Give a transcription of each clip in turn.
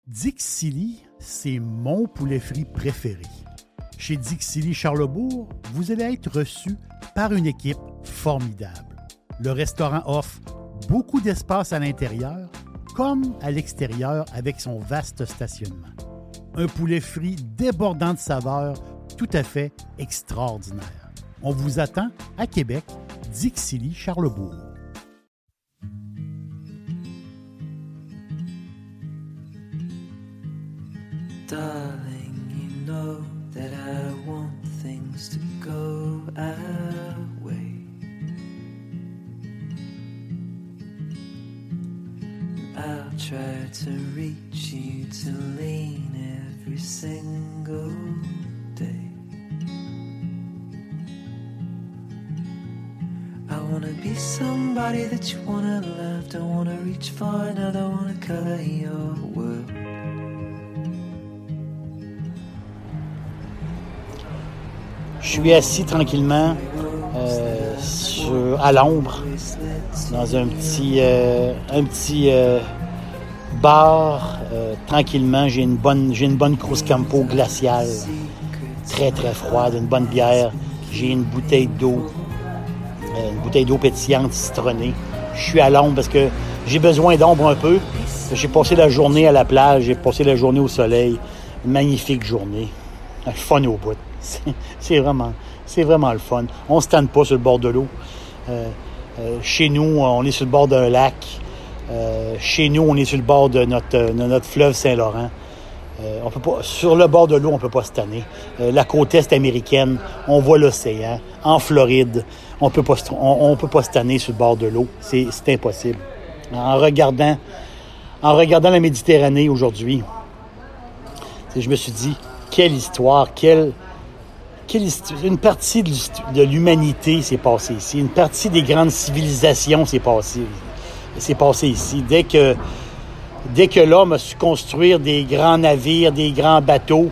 Dixili, c'est mon poulet frit préféré. Chez Dixili Charlebourg, vous allez être reçu par une équipe formidable. Le restaurant offre beaucoup d'espace à l'intérieur comme à l'extérieur avec son vaste stationnement. Un poulet frit débordant de saveurs tout à fait extraordinaire. On vous attend à Québec, Dixili Charlebourg. Darling, you know that I want things to go our way. I'll try to reach you to lean every single day. I wanna be somebody that you wanna love. Don't wanna reach far, now don't wanna color your world. Je suis assis tranquillement à l'ombre dans un petit bar. Tranquillement, j'ai une bonne Cruzcampo glaciale, très très froide, une bonne bière. J'ai une bouteille d'eau pétillante, citronnée. Je suis à l'ombre parce que j'ai besoin d'ombre un peu. J'ai passé la journée à la plage, j'ai passé la journée au soleil. Une magnifique journée. Le fun au bout. C'est vraiment le fun. On ne se tente pas sur le bord de l'eau. Chez nous, on est sur le bord d'un lac. Chez nous, on est sur le bord de notre fleuve Saint-Laurent. On peut pas, sur le bord de l'eau, on ne peut pas se tanner. La côte est américaine, on voit l'océan. En Floride, on peut pas se tanner sur le bord de l'eau. C'est impossible. En regardant la Méditerranée aujourd'hui, je me suis dit, quelle histoire, une partie de l'humanité s'est passée ici. Une partie des grandes civilisations s'est passée ici. Dès que l'homme a su construire des grands navires, des grands bateaux,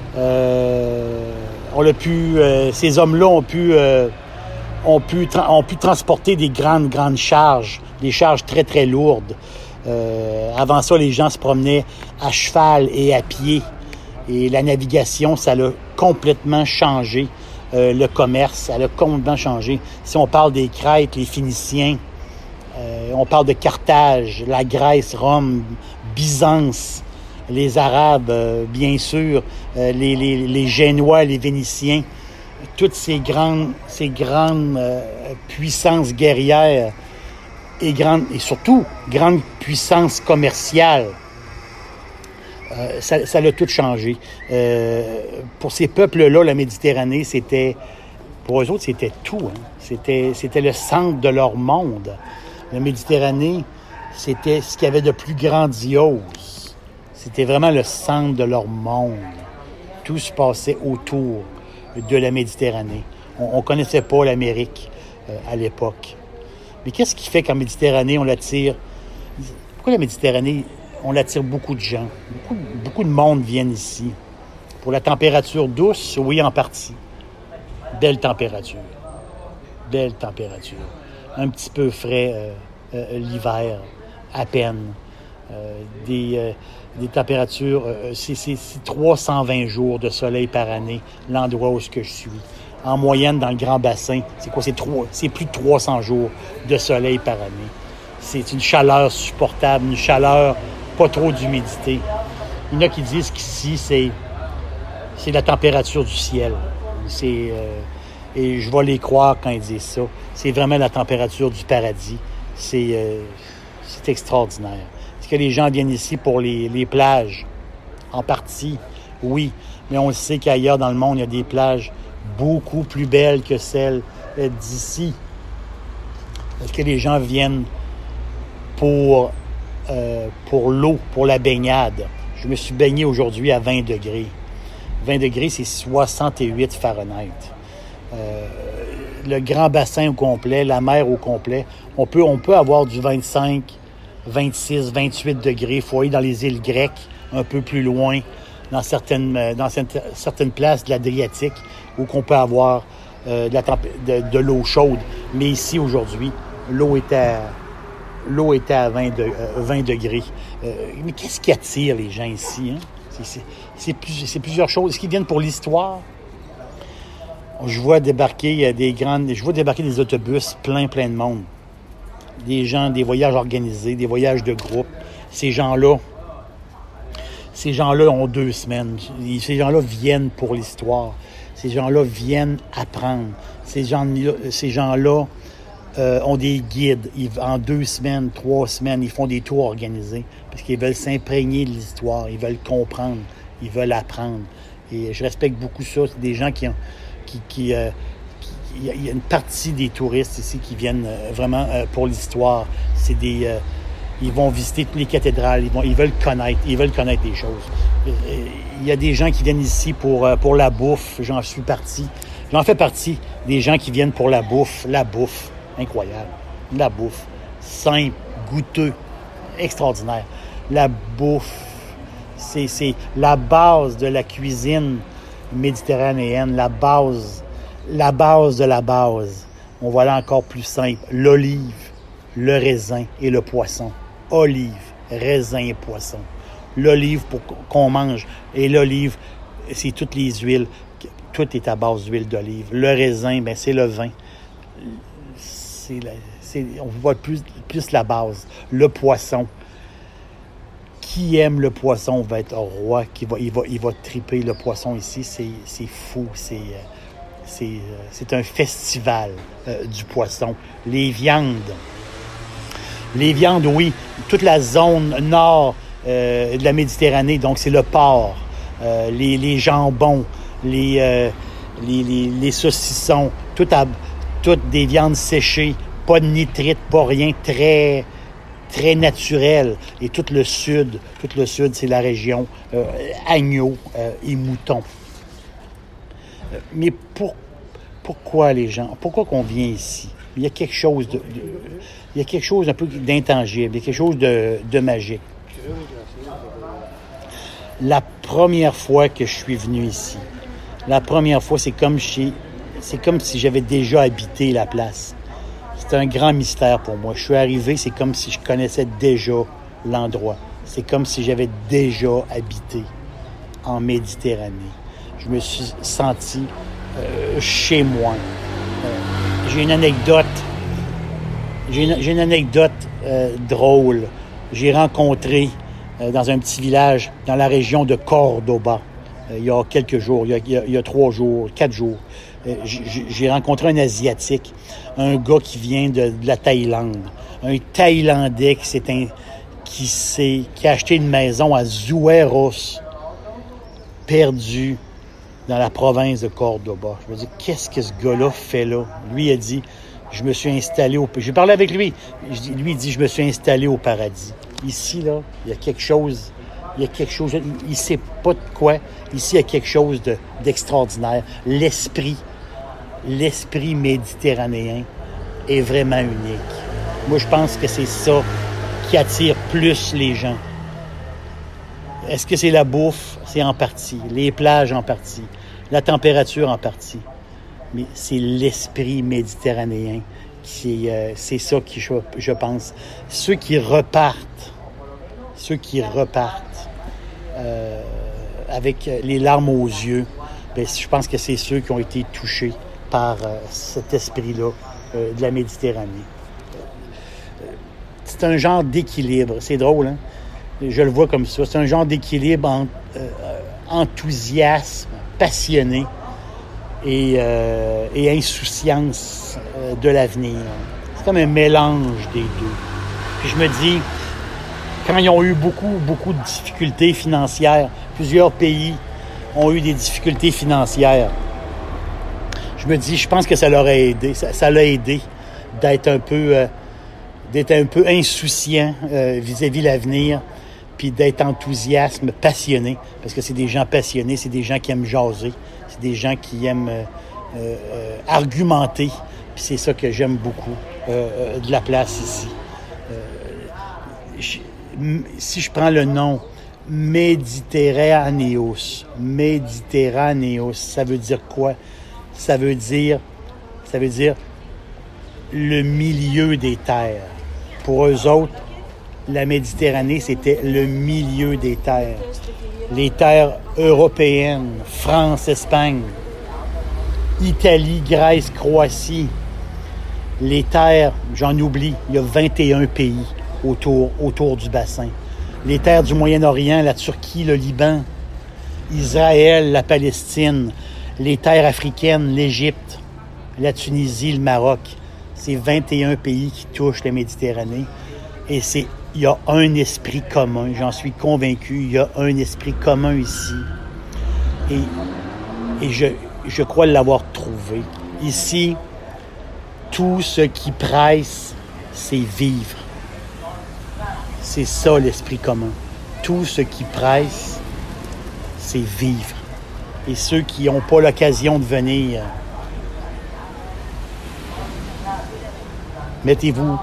ces hommes-là ont pu transporter des grandes charges, des charges très, très lourdes. Avant ça, les gens se promenaient à cheval et à pied. Et la navigation, ça l'a complètement changé. Le commerce, ça l'a complètement changé. Si on parle des Crêtes, les Phéniciens, on parle de Carthage, la Grèce, Rome, Byzance, les Arabes, bien sûr, les Génois, les Vénitiens, toutes ces grandes puissances guerrières et surtout grandes puissances commerciales. Ça l'a tout changé. Pour ces peuples-là, la Méditerranée, pour eux autres, c'était tout. Hein. C'était le centre de leur monde. La Méditerranée, c'était ce qu'il y avait de plus grandiose. C'était vraiment le centre de leur monde. Tout se passait autour de la Méditerranée. On ne connaissait pas l'Amérique à l'époque. Mais qu'est-ce qui fait qu'en Méditerranée, on l'attire? Pourquoi la Méditerranée, on attire beaucoup de gens? Beaucoup de monde viennent ici. Pour la température douce, oui, en partie. Belle température. Un petit peu frais l'hiver, à peine. Des températures, c'est 320 jours de soleil par année, l'endroit où je suis. En moyenne, dans le Grand Bassin, c'est plus de 300 jours de soleil par année. C'est une chaleur supportable, une chaleur, pas trop d'humidité. Il y en a qui disent qu'ici, c'est la température du ciel. Et je vais les croire quand ils disent ça. C'est vraiment la température du paradis. C'est extraordinaire. Est-ce que les gens viennent ici pour les plages? En partie, oui. Mais on le sait qu'ailleurs dans le monde, il y a des plages beaucoup plus belles que celles d'ici. Est-ce que les gens viennent pour l'eau, pour la baignade? Je me suis baigné aujourd'hui à 20 degrés. 20 degrés, c'est 68 Fahrenheit. Le grand bassin au complet, la mer au complet, on peut avoir du 25, 26, 28 degrés. Il faut aller dans les îles grecques, un peu plus loin, dans certaines places de l'Adriatique, où on peut avoir de l'eau chaude. Mais ici, aujourd'hui, l'eau était à 20 degrés. Mais qu'est-ce qui attire les gens ici? Hein? C'est plusieurs choses. Est-ce qu'ils viennent pour l'histoire? Je vois débarquer des autobus plein de monde. Des gens, des voyages organisés, des voyages de groupe. Ces gens-là ont 2 semaines. Ces gens-là viennent pour l'histoire. Ces gens-là viennent apprendre. Ces gens-là ont des guides. En 2 semaines, 3 semaines, ils font des tours organisés parce qu'ils veulent s'imprégner de l'histoire. Ils veulent comprendre. Ils veulent apprendre. Et je respecte beaucoup ça. C'est des gens il y a une partie des touristes ici qui viennent vraiment pour l'histoire. Ils vont visiter toutes les cathédrales, ils veulent connaître des choses. Il y a des gens qui viennent ici pour la bouffe, j'en fais partie des gens qui viennent pour la bouffe, incroyable, la bouffe, simple, goûteux, extraordinaire. La bouffe, c'est la base de la cuisine méditerranéenne, la base de la base. On va aller encore plus simple, l'olive, le raisin et le poisson. Olive, raisin et poisson. L'olive qu'on mange. Et l'olive, c'est toutes les huiles. Tout est à base d'huile d'olive. Le raisin, c'est le vin. On voit plus la base. Le poisson. Qui aime le poisson va être roi. Il va triper le poisson ici. C'est fou. C'est un festival du poisson. Les viandes, oui. Toute la zone nord de la Méditerranée, donc c'est le porc, les jambons, les saucissons, toutes des viandes séchées, pas de nitrite, pas rien, très, très naturel. Et tout le sud, c'est la région agneaux et moutons. Mais pourquoi les gens? Pourquoi qu'on vient ici? Il y a quelque chose il y a quelque chose un peu d'intangible, il y a quelque chose de magique. La première fois que je suis venu ici, c'est comme si j'avais déjà habité la place. C'est un grand mystère pour moi. Je suis arrivé, c'est comme si je connaissais déjà l'endroit. C'est comme si j'avais déjà habité en Méditerranée. Je me suis senti chez moi. J'ai une anecdote drôle. J'ai rencontré dans un petit village dans la région de Cordoba il y a quelques jours, il y a 3 jours, 4 jours. J'ai rencontré un Asiatique, un gars qui vient de la Thaïlande, un Thaïlandais qui a acheté une maison à Zueros, perdu dans la province de Cordoba. Je me dis, qu'est-ce que ce gars-là fait là? Lui, il a dit, je me suis installé j'ai parlé avec lui. Lui, il dit, je me suis installé au paradis. Ici, là, il y a quelque chose, il sait pas de quoi. Ici, il y a quelque chose d'extraordinaire. L'esprit méditerranéen est vraiment unique. Moi, je pense que c'est ça qui attire plus les gens. Est-ce que c'est la bouffe? C'est en partie. Les plages en partie. La température en partie. Mais c'est l'esprit méditerranéen. C'est ça qui, je pense. Ceux qui repartent avec les larmes aux yeux, je pense que c'est ceux qui ont été touchés par cet esprit-là de la Méditerranée. C'est un genre d'équilibre. C'est drôle, hein? Je le vois comme ça. C'est un genre d'équilibre entre enthousiasme, passionné et insouciance de l'avenir. C'est comme un mélange des deux. Puis je me dis, quand ils ont eu beaucoup de difficultés financières, plusieurs pays ont eu des difficultés financières, je me dis, je pense que ça leur a aidé. Ça l'a aidé d'être un peu insouciant vis-à-vis de l'avenir, puis d'être enthousiasme, passionné, parce que c'est des gens passionnés, c'est des gens qui aiment jaser, c'est des gens qui aiment argumenter, puis c'est ça que j'aime beaucoup de la place ici. Si je prends le nom Méditerranéos, ça veut dire quoi? Ça veut dire le milieu des terres. Pour eux autres, la Méditerranée, c'était le milieu des terres. Les terres européennes, France, Espagne, Italie, Grèce, Croatie. Les terres, j'en oublie, il y a 21 pays autour du bassin. Les terres du Moyen-Orient, la Turquie, le Liban, Israël, la Palestine, les terres africaines, l'Égypte, la Tunisie, le Maroc. C'est 21 pays qui touchent la Méditerranée. Et il y a un esprit commun, j'en suis convaincu, il y a un esprit commun ici. Et je crois l'avoir trouvé. Ici, tout ce qui presse, c'est vivre. C'est ça l'esprit commun. Tout ce qui presse, c'est vivre. Et ceux qui n'ont pas l'occasion de venir, mettez-vous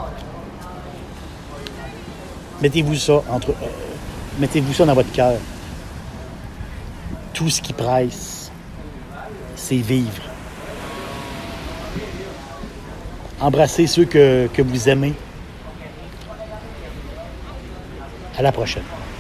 ça dans votre cœur. Tout ce qui presse, c'est vivre. Embrassez ceux que vous aimez. À la prochaine.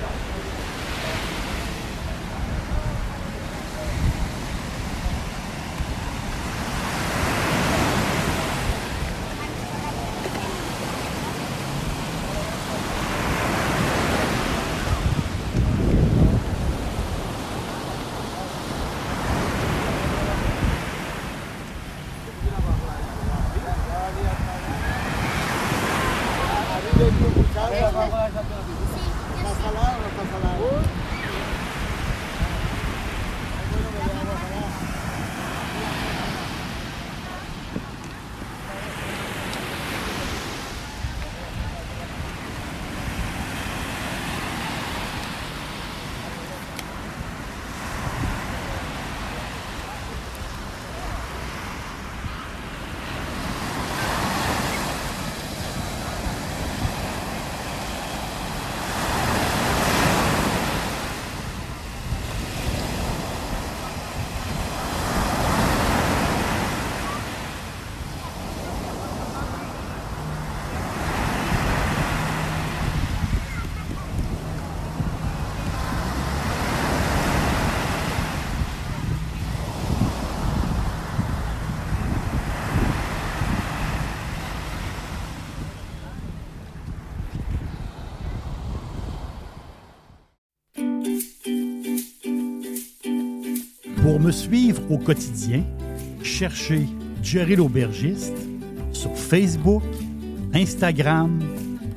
Pour me suivre au quotidien, cherchez Jerry l'Aubergiste sur Facebook, Instagram,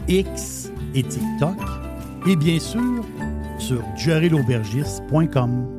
X et TikTok et bien sûr sur jerrylaubergiste.com.